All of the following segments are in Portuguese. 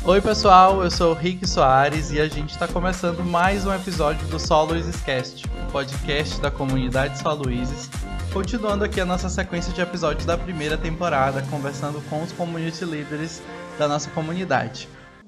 Oi pessoal, eu sou o Rick Soares e a gente está começando mais um episódio do Só Luizes Cast, o podcast da comunidade Só Luizes, continuando aqui a nossa sequência de episódios da primeira temporada, conversando com os community leaders da nossa comunidade.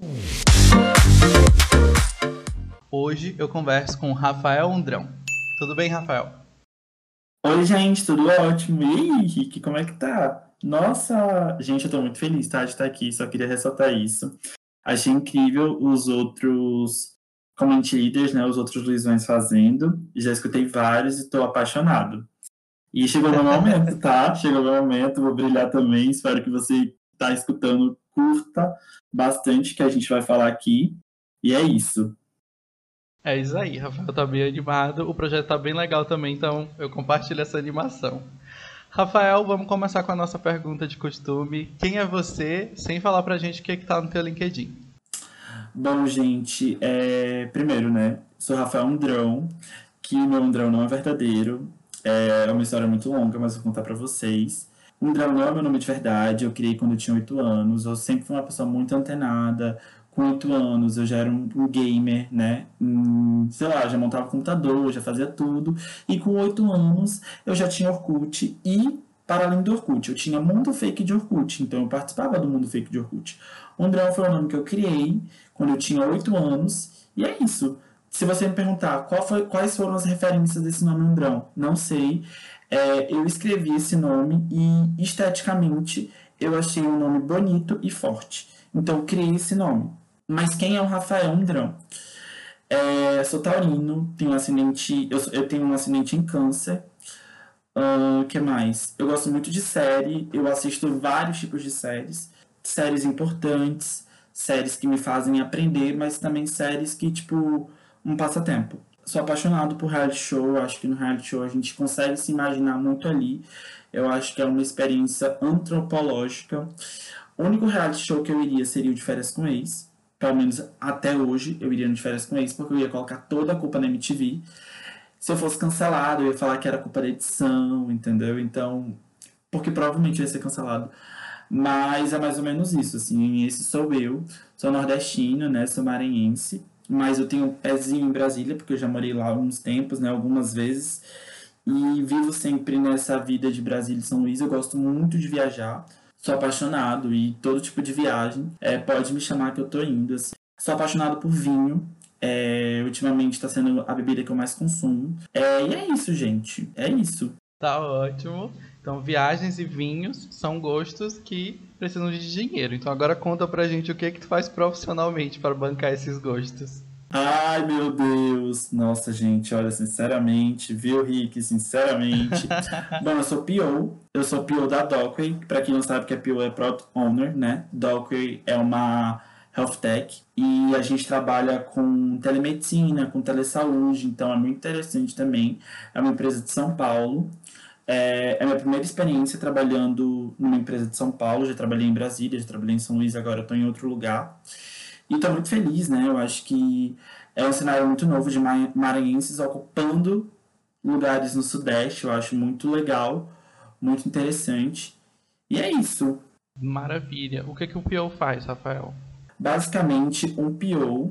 Hoje eu converso com o Rafael Undrão. Tudo bem, Rafael? Oi, gente, tudo ótimo? E aí, Rick, como é que tá? Nossa, gente, eu tô muito feliz, tá, de estar aqui, só queria ressaltar isso. Achei incrível os outros community leaders, né, os outros Luizões fazendo. Já escutei vários e tô apaixonado. E chegou o meu momento, tá? Chegou o meu momento, vou brilhar também. Espero que você tá escutando, curta bastante o que a gente vai falar aqui. E é isso. É isso aí, Rafael tá bem animado, o projeto tá bem legal também, então eu compartilho essa animação. Rafael, vamos começar com a nossa pergunta de costume. Quem é você, sem falar pra gente o que tá no teu LinkedIn? Bom, gente, primeiro, né? Sou Rafael Undrão, que meu Undrão não é verdadeiro. É uma história muito longa, mas vou contar pra vocês. Undrão não é meu nome de verdade, eu criei quando eu tinha 8 anos. Eu sempre fui uma pessoa muito antenada. Com 8 anos eu já era um gamer, né? Sei lá, já montava computador, já fazia tudo. E com 8 anos eu já tinha Orkut e, para além do Orkut, eu tinha mundo fake de Orkut. Então eu participava do mundo fake de Orkut. Undrão foi o nome que eu criei quando eu tinha 8 anos. E é isso. Se você me perguntar quais foram as referências desse nome Undrão, não sei. Eu escrevi esse nome e, esteticamente, eu achei um nome bonito e forte. Então, eu criei esse nome. Mas quem é o Rafael Undrão? Sou taurino, tenho um ascendente, eu tenho um ascendente em câncer. O que mais? Eu gosto muito de série, eu assisto vários tipos de séries. Séries importantes, séries que me fazem aprender, mas também séries que, tipo, um passatempo. Sou apaixonado por reality show, acho que no reality show a gente consegue se imaginar muito ali. Eu acho que é uma experiência antropológica. O único reality show que eu iria seria o de Férias com Ex. Pelo menos até hoje eu iria no de Férias com Ex, porque eu ia colocar toda a culpa na MTV. Se eu fosse cancelado, eu ia falar que era culpa da edição, entendeu? Então, porque provavelmente eu ia ser cancelado. Mas é mais ou menos isso, assim, esse sou eu. Sou nordestino, né? Sou maranhense. Mas eu tenho um pezinho em Brasília, porque eu já morei lá alguns tempos, né? Algumas vezes. E vivo sempre nessa vida de Brasília e São Luís. Eu gosto muito de viajar. Sou apaixonado e todo tipo de viagem pode me chamar que eu tô indo. Assim. Sou apaixonado por vinho. Ultimamente está sendo a bebida que eu mais consumo. E é isso, gente. É isso. Tá ótimo. Então, viagens e vinhos são gostos que precisam de dinheiro. Então, agora conta pra gente o que tu faz profissionalmente para bancar esses gostos. Ai, meu Deus. Nossa, gente, olha, sinceramente, viu, Rick? Sinceramente. Bom, eu sou PO. Eu sou PO da Docway. Pra quem não sabe o que é PO, é Product Owner, né? Docway é uma health tech e a gente trabalha com telemedicina, com telesaúde, então é muito interessante também. É uma empresa de São Paulo. É a minha primeira experiência trabalhando numa empresa de São Paulo. Já trabalhei em Brasília, já trabalhei em São Luís, agora estou em outro lugar. E estou muito feliz, né? Eu acho que é um cenário muito novo de maranhenses ocupando lugares no Sudeste. Eu acho muito legal, muito interessante. E é isso. Maravilha. O que o PO faz, Rafael? Basicamente, um PO,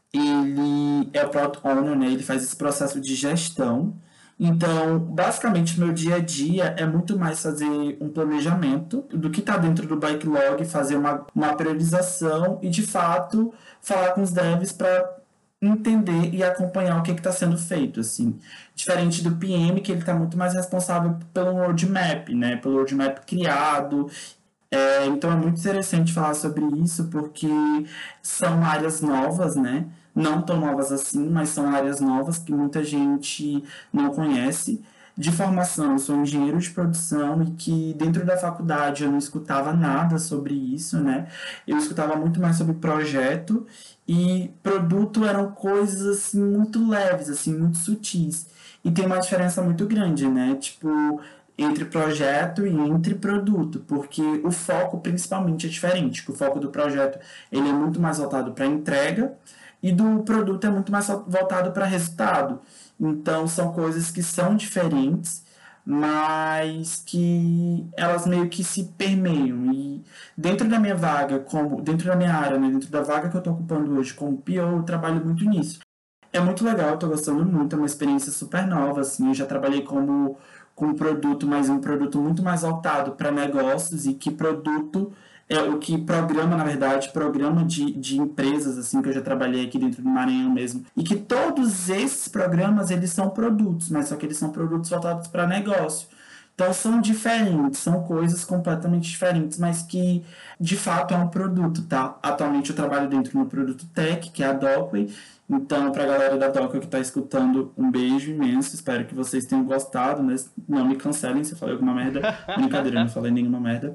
ele é o Product Owner, né? Ele faz esse processo de gestão. Então, basicamente, meu dia a dia é muito mais fazer um planejamento do que está dentro do backlog, fazer uma priorização e, de fato, falar com os devs para entender e acompanhar o que está sendo feito, assim. Diferente do PM, que ele está muito mais responsável pelo roadmap, né? Pelo roadmap criado. Então é muito interessante falar sobre isso, porque são áreas novas, né? Não tão novas assim, mas são áreas novas que muita gente não conhece. De formação, eu sou engenheiro de produção e que dentro da faculdade eu não escutava nada sobre isso, né? Eu escutava muito mais sobre projeto e produto eram coisas assim muito leves, assim, muito sutis. E tem uma diferença muito grande, né? Tipo, entre projeto e entre produto, porque o foco principalmente é diferente. O foco do projeto ele é muito mais voltado para entrega e do produto é muito mais voltado para resultado. Então são coisas que são diferentes, mas que elas meio que se permeiam. E dentro da minha vaga, dentro da minha área, né, dentro da vaga que eu estou ocupando hoje como PO, eu trabalho muito nisso. É muito legal, eu tô gostando muito, é uma experiência super nova, assim, eu já trabalhei com um produto, mas um produto muito mais voltado para negócios e que produto é o que programa, na verdade, programa de empresas, assim, que eu já trabalhei aqui dentro do Maranhão mesmo, e que todos esses programas, eles são produtos, mas só que eles são produtos voltados para negócio. Então são diferentes, são coisas completamente diferentes, mas que de fato é um produto, tá? Atualmente eu trabalho dentro do produto Tech, que é a Docway. Então, pra galera da Docway que tá escutando, um beijo imenso. Espero que vocês tenham gostado, né? Não me cancelem se eu falei alguma merda. Brincadeira, eu não falei nenhuma merda.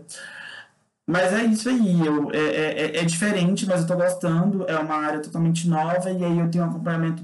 Mas é isso aí, é diferente, mas eu tô gostando, é uma área totalmente nova, e aí eu tenho um acompanhamento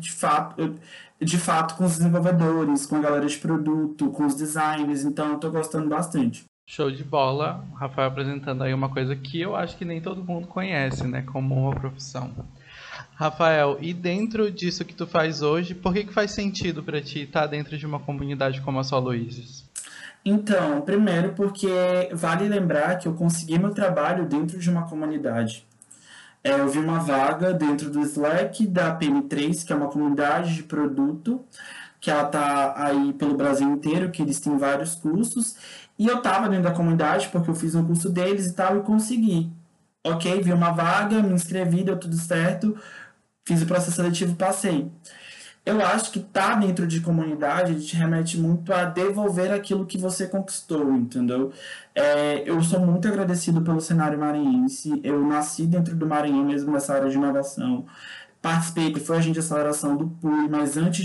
de fato com os desenvolvedores, com a galera de produto, com os designers, então eu tô gostando bastante. Show de bola, o Rafael apresentando aí uma coisa que eu acho que nem todo mundo conhece, né, como uma profissão. Rafael, e dentro disso que tu faz hoje, por que faz sentido pra ti estar dentro de uma comunidade como a Só Luizes? Então, primeiro porque vale lembrar que eu consegui meu trabalho dentro de uma comunidade. Eu vi uma vaga dentro do Slack da PM3, que é uma comunidade de produto, que ela tá aí pelo Brasil inteiro, que eles têm vários cursos, e eu tava dentro da comunidade porque eu fiz um curso deles e tal, e consegui. Ok, vi uma vaga, me inscrevi, deu tudo certo, fiz o processo seletivo e passei. Eu acho que tá dentro de comunidade te remete muito a devolver aquilo que você conquistou, entendeu? Eu sou muito agradecido pelo cenário maranhense. Eu nasci dentro do Maranhão, mesmo nessa área de inovação. Participei, foi agente de aceleração do PUI, mas antes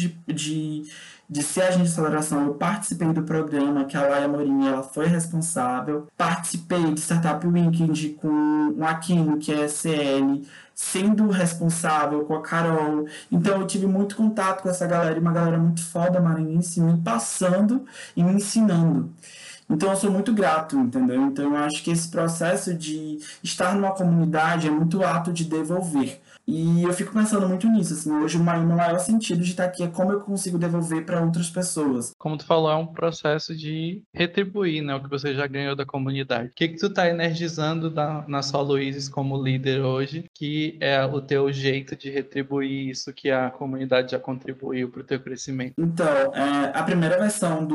de ser agente de aceleração, eu participei do programa que a Laia Morim ela foi responsável. Participei de Startup Weekend com o Aquino, que é CL, sendo responsável com a Carol. Então eu tive muito contato com essa galera, e uma galera muito foda maranhense, me passando e me ensinando. Então eu sou muito grato, entendeu? Então eu acho que esse processo de estar numa comunidade é muito ato de devolver. E eu fico pensando muito nisso, assim, hoje o meu maior sentido de estar aqui é como eu consigo devolver para outras pessoas. Como tu falou, é um processo de retribuir, né, o que você já ganhou da comunidade. O que tu tá energizando na Só Luizes como líder hoje, que é o teu jeito de retribuir isso que a comunidade já contribuiu para o teu crescimento? Então, a primeira versão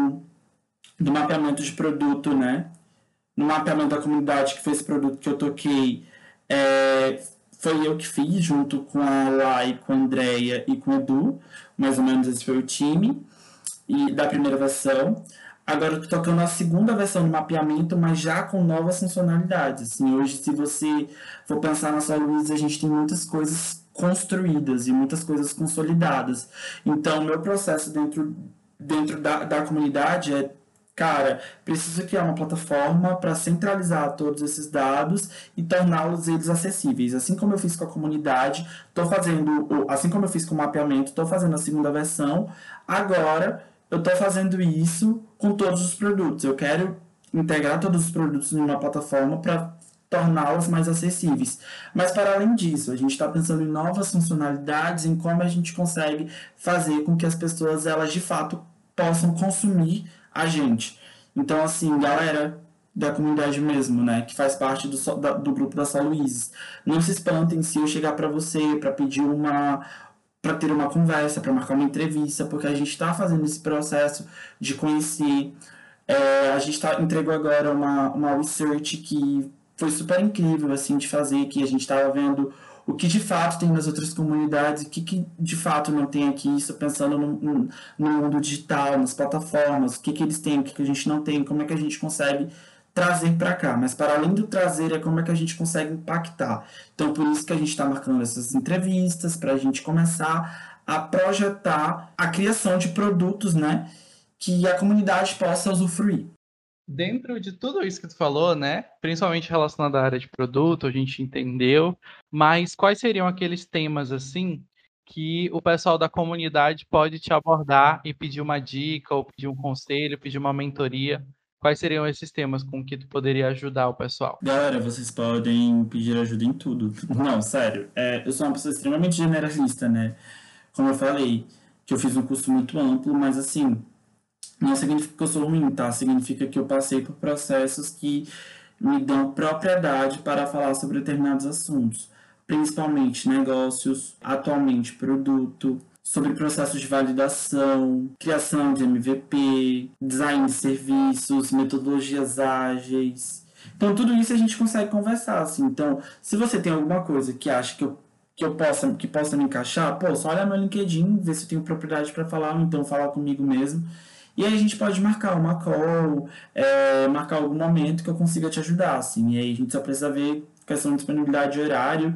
do mapeamento de produto, né? No mapeamento da comunidade, que foi esse produto que eu toquei, foi eu que fiz, junto com a Lai, com a Andrea e com o Edu. Mais ou menos esse foi o time da primeira versão. Agora eu tô tocando a segunda versão do mapeamento, mas já com novas funcionalidades. Assim, hoje, se você for pensar na Só Luz, a gente tem muitas coisas construídas e muitas coisas consolidadas. Então, o meu processo dentro da comunidade é, cara, preciso criar uma plataforma para centralizar todos esses dados e torná-los eles acessíveis. Assim como eu fiz com a comunidade, assim como eu fiz com o mapeamento, estou fazendo a segunda versão. Agora, eu estou fazendo isso com todos os produtos. Eu quero integrar todos os produtos em uma plataforma para torná-los mais acessíveis. Mas, para além disso, a gente está pensando em novas funcionalidades, em como a gente consegue fazer com que as pessoas, elas de fato, possam consumir a gente. Então, assim, galera da comunidade mesmo, né, que faz parte do grupo da Só Luizes, não se espantem se eu chegar para você para pedir para ter uma conversa, para marcar uma entrevista, porque a gente está fazendo esse processo de conhecer. A gente entregou agora uma research que foi super incrível assim de fazer, que a gente estava vendo o que de fato tem nas outras comunidades, o que de fato não tem aqui, isso pensando no mundo digital, nas plataformas, o que eles têm, o que a gente não tem, como é que a gente consegue trazer para cá. Mas para além do trazer, é como é que a gente consegue impactar. Então, por isso que a gente está marcando essas entrevistas, para a gente começar a projetar a criação de produtos, né, que a comunidade possa usufruir. Dentro de tudo isso que tu falou, né, principalmente relacionado à área de produto, a gente entendeu, mas quais seriam aqueles temas, assim, que o pessoal da comunidade pode te abordar e pedir uma dica, ou pedir um conselho, pedir uma mentoria? Quais seriam esses temas com que tu poderia ajudar o pessoal? Galera, vocês podem pedir ajuda em tudo. Não, sério. Eu sou uma pessoa extremamente generalista, né? Como eu falei, que eu fiz um curso muito amplo, mas assim, Não significa que eu sou ruim, tá? Significa que eu passei por processos que me dão propriedade para falar sobre determinados assuntos, principalmente negócios, atualmente produto, sobre processos de validação, criação de MVP, design de serviços, metodologias ágeis. Então, tudo isso a gente consegue conversar, assim. Então, se você tem alguma coisa que acha que possa me encaixar, pô, só olha meu LinkedIn, ver se eu tenho propriedade para falar, ou então falar comigo mesmo. E aí a gente pode marcar uma call, marcar algum momento que eu consiga te ajudar, assim. E aí a gente só precisa ver questão de disponibilidade de horário,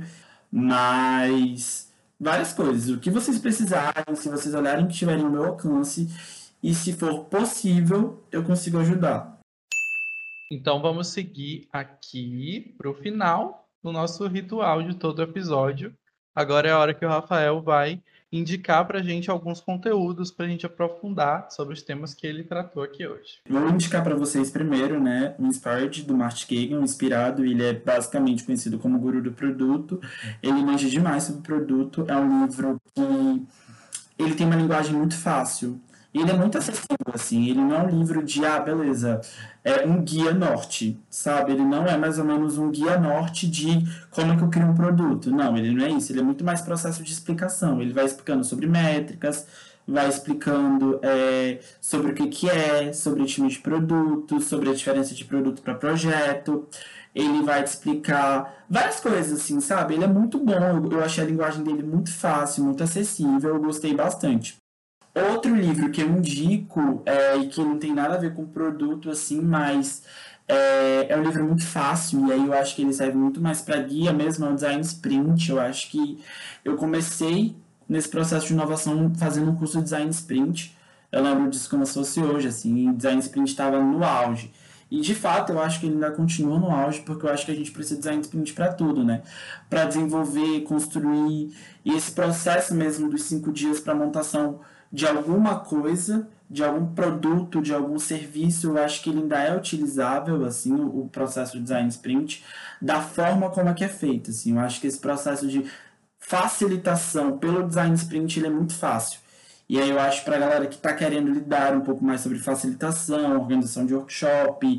mas várias coisas. O que vocês precisarem, se vocês olharem que estiverem no meu alcance, e se for possível, eu consigo ajudar. Então vamos seguir aqui para o final do nosso ritual de todo episódio. Agora é a hora que o Rafael vai indicar para a gente alguns conteúdos para a gente aprofundar sobre os temas que ele tratou aqui hoje. Vou indicar para vocês primeiro, né, o Inspired, do Martin Kagan, o Inspirado. Ele é basicamente conhecido como o guru do produto. Ele manja demais sobre o produto. É um livro que ele tem uma linguagem muito fácil. Ele é muito acessível, assim. Ele não é um livro de, beleza, é um guia norte, sabe? Ele não é mais ou menos um guia norte de como é que eu crio um produto. Não, ele não é isso. Ele é muito mais processo de explicação. Ele vai explicando sobre métricas, vai explicando sobre o que é, sobre o time de produto, sobre a diferença de produto para projeto. Ele vai te explicar várias coisas, assim, sabe? Ele é muito bom, eu achei a linguagem dele muito fácil, muito acessível, eu gostei bastante. Outro livro que eu indico, e que não tem nada a ver com produto, assim, mas é um livro muito fácil, e aí eu acho que ele serve muito mais para guia mesmo, é o Design Sprint. Eu acho que eu comecei nesse processo de inovação fazendo um curso de Design Sprint. Eu lembro disso como se fosse hoje, assim, e Design Sprint estava no auge. E de fato, eu acho que ele ainda continua no auge, porque eu acho que a gente precisa de design sprint para tudo, né? Para desenvolver, construir, e esse processo mesmo dos 5 dias para montação de alguma coisa, de algum produto, de algum serviço, eu acho que ele ainda é utilizável, assim, o processo de design sprint, da forma como é que é feito, assim. Eu acho que esse processo de facilitação pelo design sprint, ele é muito fácil. E aí eu acho para a galera que está querendo lidar um pouco mais sobre facilitação, organização de workshop,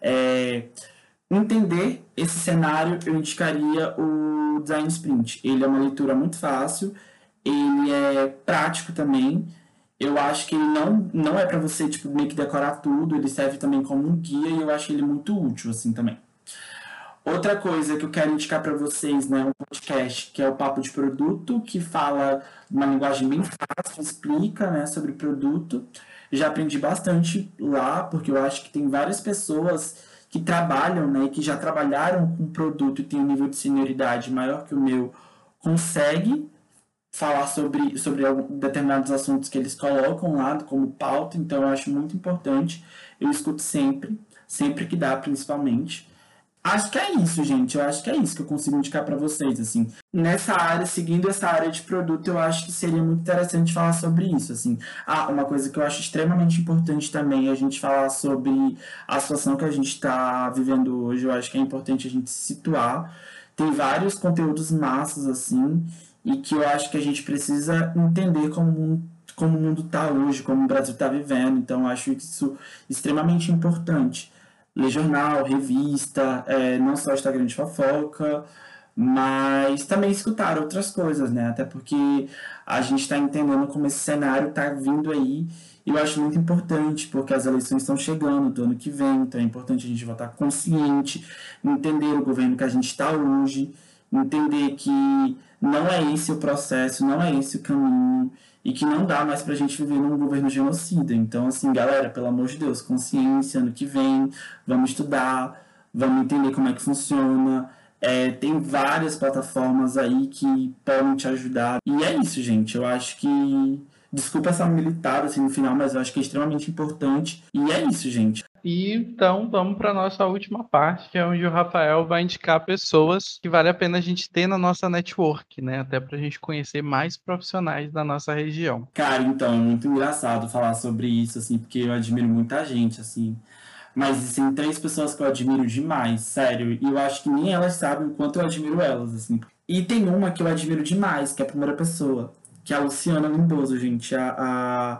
entender esse cenário, eu indicaria o Design Sprint. Ele é uma leitura muito fácil, ele é prático também. Eu acho que ele não é para você tipo, meio que decorar tudo, ele serve também como um guia e eu acho ele muito útil assim também. Outra coisa que eu quero indicar para vocês, né, um podcast que é o Papo de Produto, que fala uma linguagem bem fácil, explica, né, sobre o produto. Já aprendi bastante lá, porque eu acho que tem várias pessoas que trabalham, né, que já trabalharam com produto e tem um nível de senioridade maior que o meu, consegue falar sobre determinados assuntos que eles colocam lá como pauta, então eu acho muito importante. Eu escuto sempre que dá, principalmente. Acho que é isso, gente. Eu acho que é isso que eu consigo indicar para vocês, assim. Nessa área, seguindo essa área de produto, eu acho que seria muito interessante falar sobre isso, assim. Uma coisa que eu acho extremamente importante também é a gente falar sobre a situação que a gente está vivendo hoje. Eu acho que é importante a gente se situar. Tem vários conteúdos massas, assim, e que eu acho que a gente precisa entender como o mundo está hoje, como o Brasil está vivendo. Então, eu acho isso extremamente importante. Ler jornal, revista, não só Instagram de fofoca, mas também escutar outras coisas, né? Até porque a gente está entendendo como esse cenário está vindo aí. E eu acho muito importante, porque as eleições estão chegando do ano que vem, então é importante a gente votar consciente, entender o governo que a gente está hoje, entender que não é esse o processo, não é esse o caminho, e que não dá mais pra gente viver num governo genocida. Então, assim, galera, pelo amor de Deus, consciência, ano que vem, vamos estudar, vamos entender como é que funciona. Tem várias plataformas aí que podem te ajudar. E é isso, gente. Eu acho que. Desculpa essa militar assim no final, mas eu acho que é extremamente importante. E é isso, gente. E então vamos para a nossa última parte, que é onde o Rafael vai indicar pessoas que vale a pena a gente ter na nossa network, né? Até para a gente conhecer mais profissionais da nossa região. Cara, então, é muito engraçado falar sobre isso, assim, porque eu admiro muita gente, assim. Mas existem 3 pessoas que eu admiro demais, sério. E eu acho que nem elas sabem o quanto eu admiro elas, assim. E tem uma que eu admiro demais, que é a primeira pessoa, que é a Luciana Lindoso, gente.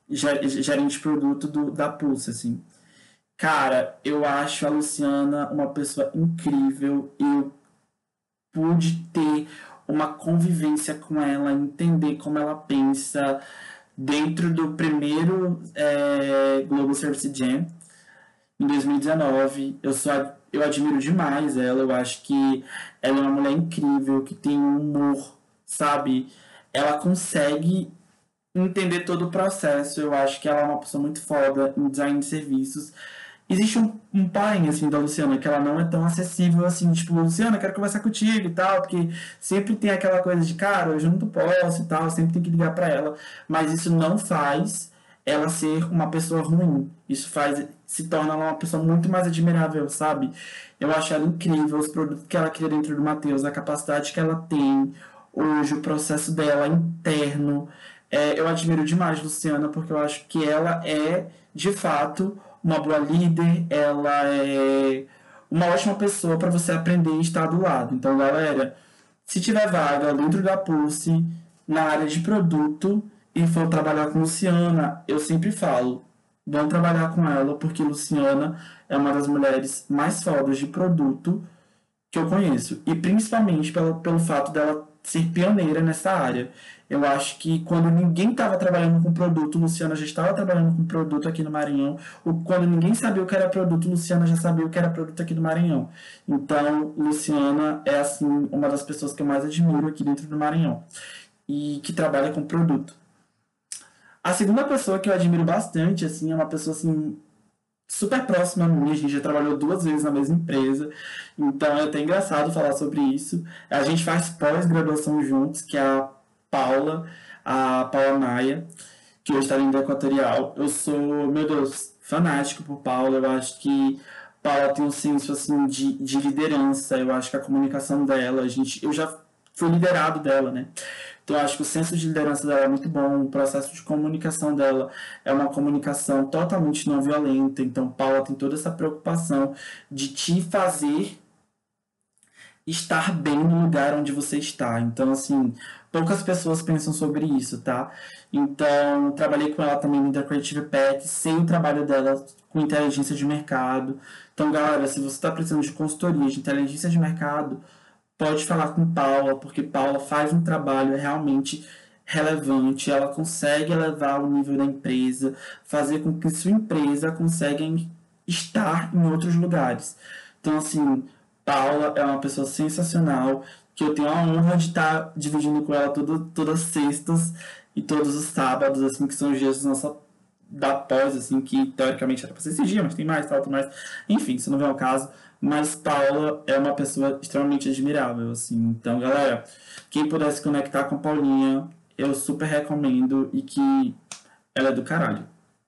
gerente de produto da Pulse, assim. Cara, eu acho a Luciana uma pessoa incrível. Eu pude ter uma convivência com ela, entender como ela pensa dentro do primeiro Global Service Jam em 2019. Eu admiro demais ela. Eu acho que ela é uma mulher incrível, que tem um humor, sabe? Ela consegue entender todo o processo. Eu acho que ela é uma pessoa muito foda em design de serviços. Existe um porém, assim, da Luciana, que ela não é tão acessível, assim, tipo, Luciana, quero conversar contigo e tal, porque sempre tem aquela coisa de, cara, hoje eu não posso e tal, sempre tem que ligar pra ela, mas isso não faz ela ser uma pessoa ruim. Isso se torna ela uma pessoa muito mais admirável, sabe? Eu acho ela incrível, os produtos que ela cria dentro do Matheus, a capacidade que ela tem, hoje, o processo dela interno. Eu admiro demais Luciana, porque eu acho que ela é, de fato, uma boa líder, ela é uma ótima pessoa para você aprender e estar do lado. Então, galera, se tiver vaga dentro da Pulse, na área de produto, e for trabalhar com Luciana, eu sempre falo, vão trabalhar com ela, porque Luciana é uma das mulheres mais fodas de produto que eu conheço. E principalmente pelo fato dela ser pioneira nessa área. Eu acho que quando ninguém estava trabalhando com produto, Luciana já estava trabalhando com produto aqui no Maranhão. Quando ninguém sabia o que era produto, Luciana já sabia o que era produto aqui no Maranhão. Então, Luciana é, assim, uma das pessoas que eu mais admiro aqui dentro do Maranhão. E que trabalha com produto. A segunda pessoa que eu admiro bastante, assim, é uma pessoa, assim, super próxima a mim, a gente já trabalhou 2 vezes na mesma empresa, então é até engraçado falar sobre isso. A gente faz pós-graduação juntos, que é a Paula Maia, que hoje está indo Equatorial. Eu sou, meu Deus, fanático por Paula. Eu acho que Paula tem um senso assim de liderança. Eu acho que a comunicação dela, eu já fui liderado dela, né? Então, eu acho que o senso de liderança dela é muito bom, o processo de comunicação dela é uma comunicação totalmente não violenta. Então, Paula tem toda essa preocupação de te fazer estar bem no lugar onde você está. Então, assim, poucas pessoas pensam sobre isso, tá? Então, trabalhei com ela também no The Creative Pack, sei o trabalho dela com inteligência de mercado. Então, galera, se você está precisando de consultoria de inteligência de mercado, pode falar com Paula, porque Paula faz um trabalho realmente relevante, ela consegue elevar o nível da empresa, fazer com que sua empresa consiga estar em outros lugares. Então, assim, Paula é uma pessoa sensacional, que eu tenho a honra de estar dividindo com ela todas as sextas e todos os sábados, assim, que são os dias da pós, assim, que teoricamente era para ser esse dia, mas tem mais, tal, tudo mais. Enfim, isso não vem ao caso. Mas Paula é uma pessoa extremamente admirável, assim. Então, galera, quem puder se conectar com a Paulinha, eu super recomendo e que ela é do caralho.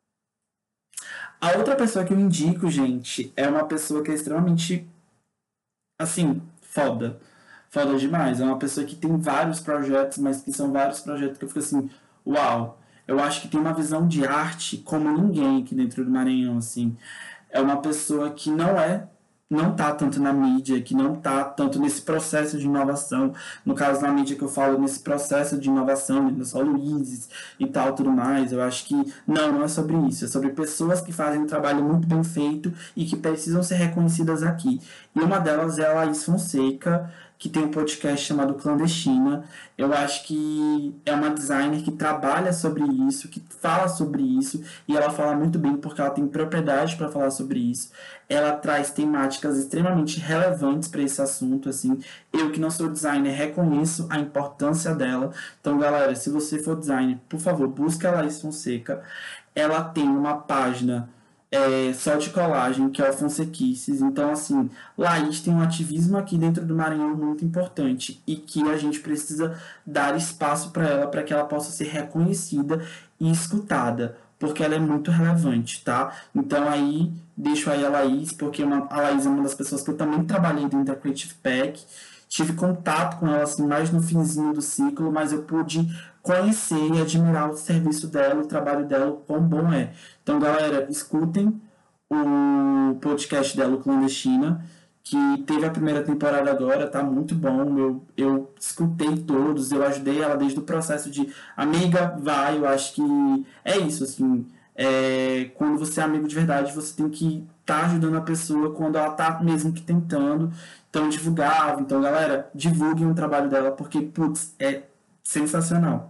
A outra pessoa que eu indico, gente, é uma pessoa que é extremamente, assim, foda. Foda demais. É uma pessoa que tem vários projetos, mas que são vários projetos que eu fico assim, uau. Eu acho que tem uma visão de arte como ninguém aqui dentro do Maranhão, assim. É uma pessoa que não tá tanto na mídia, que não tá tanto nesse processo de inovação. No caso, na mídia que eu falo, nesse processo de inovação, do Só Luizes e tal, tudo mais. Eu acho que não é sobre isso. É sobre pessoas que fazem um trabalho muito bem feito e que precisam ser reconhecidas aqui. E uma delas é a Laís Fonseca, que tem um podcast chamado Clandestina. Eu acho que é uma designer que trabalha sobre isso, que fala sobre isso, e ela fala muito bem porque ela tem propriedade para falar sobre isso. Ela traz temáticas extremamente relevantes para esse assunto, assim. Eu que não sou designer reconheço a importância dela. Então, galera, se você for designer, por favor, busque a Laís Fonseca. Ela tem uma página só de colagem, que é o Fonsequices. Então, assim, Laís tem um ativismo aqui dentro do Maranhão muito importante e que a gente precisa dar espaço para ela, para que ela possa ser reconhecida e escutada, porque ela é muito relevante, tá? Então, aí, deixo aí a Laís, porque a Laís é uma das pessoas que eu também trabalhei dentro da Creative Pack. Tive contato com ela, assim, mais no finzinho do ciclo, mas eu pude conhecer e admirar o serviço dela, o trabalho dela, o quão bom é. Então, galera, escutem o podcast dela, o Clandestina, que teve a primeira temporada agora, tá muito bom. Eu escutei todos, eu ajudei ela desde o processo de amiga, vai, eu acho que é isso, assim. Quando você é amigo de verdade, você tem que estar ajudando a pessoa quando ela tá mesmo que tentando. Então, divulgava. Então, galera, divulguem o trabalho dela, porque, putz, é sensacional.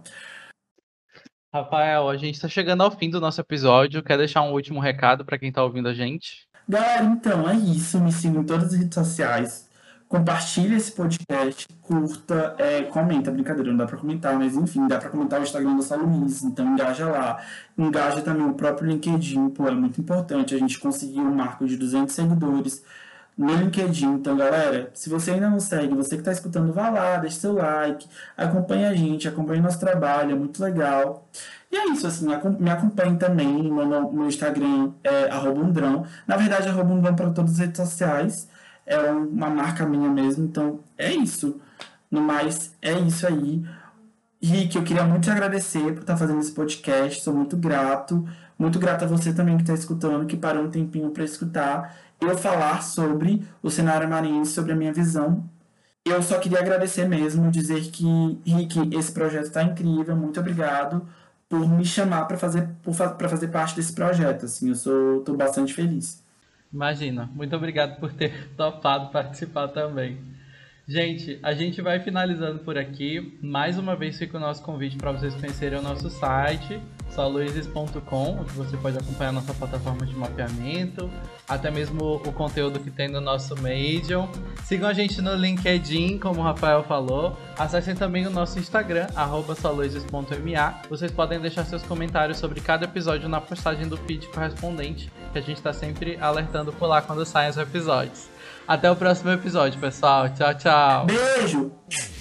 Rafael, a gente está chegando ao fim do nosso episódio. Quer deixar um último recado para quem está ouvindo a gente? Galera, então é isso. Me sigam em todas as redes sociais. Compartilha esse podcast, curta, comenta. Brincadeira, não dá pra comentar, mas enfim, dá pra comentar o Instagram da Sala Luiz, então engaja lá. Engaja também o próprio LinkedIn, pô, é muito importante. A gente conseguiu um marco de 200 seguidores no LinkedIn. Então, galera, se você ainda não segue, você que está escutando, vá lá, deixe seu like, acompanhe a gente, acompanhe nosso trabalho, é muito legal. E é isso, assim, me acompanhe também no Instagram, @undrão. Na verdade, @undrão para todas as redes sociais. É uma marca minha mesmo, então é isso. No mais, é isso aí. Rick, eu queria muito te agradecer por estar fazendo esse podcast, sou muito grato. Muito grato a você também que está escutando, que parou um tempinho para escutar eu falar sobre o cenário maranhense, sobre a minha visão. Eu só queria agradecer mesmo, dizer que, Rick, esse projeto está incrível, muito obrigado por me chamar para fazer parte desse projeto. Assim, tô bastante feliz. Imagina, muito obrigado por ter topado participar também. Gente, a gente vai finalizando por aqui. Mais uma vez fica o nosso convite para vocês conhecerem o nosso site, soluizes.com, onde você pode acompanhar a nossa plataforma de mapeamento, até mesmo o conteúdo que tem no nosso Medium. Sigam a gente no LinkedIn, como o Rafael falou. Acessem também o nosso Instagram, @soluizes.ma. Vocês podem deixar seus comentários sobre cada episódio na postagem do feed correspondente, que a gente está sempre alertando por lá quando saem os episódios. Até o próximo episódio, pessoal. Tchau, tchau. Beijo!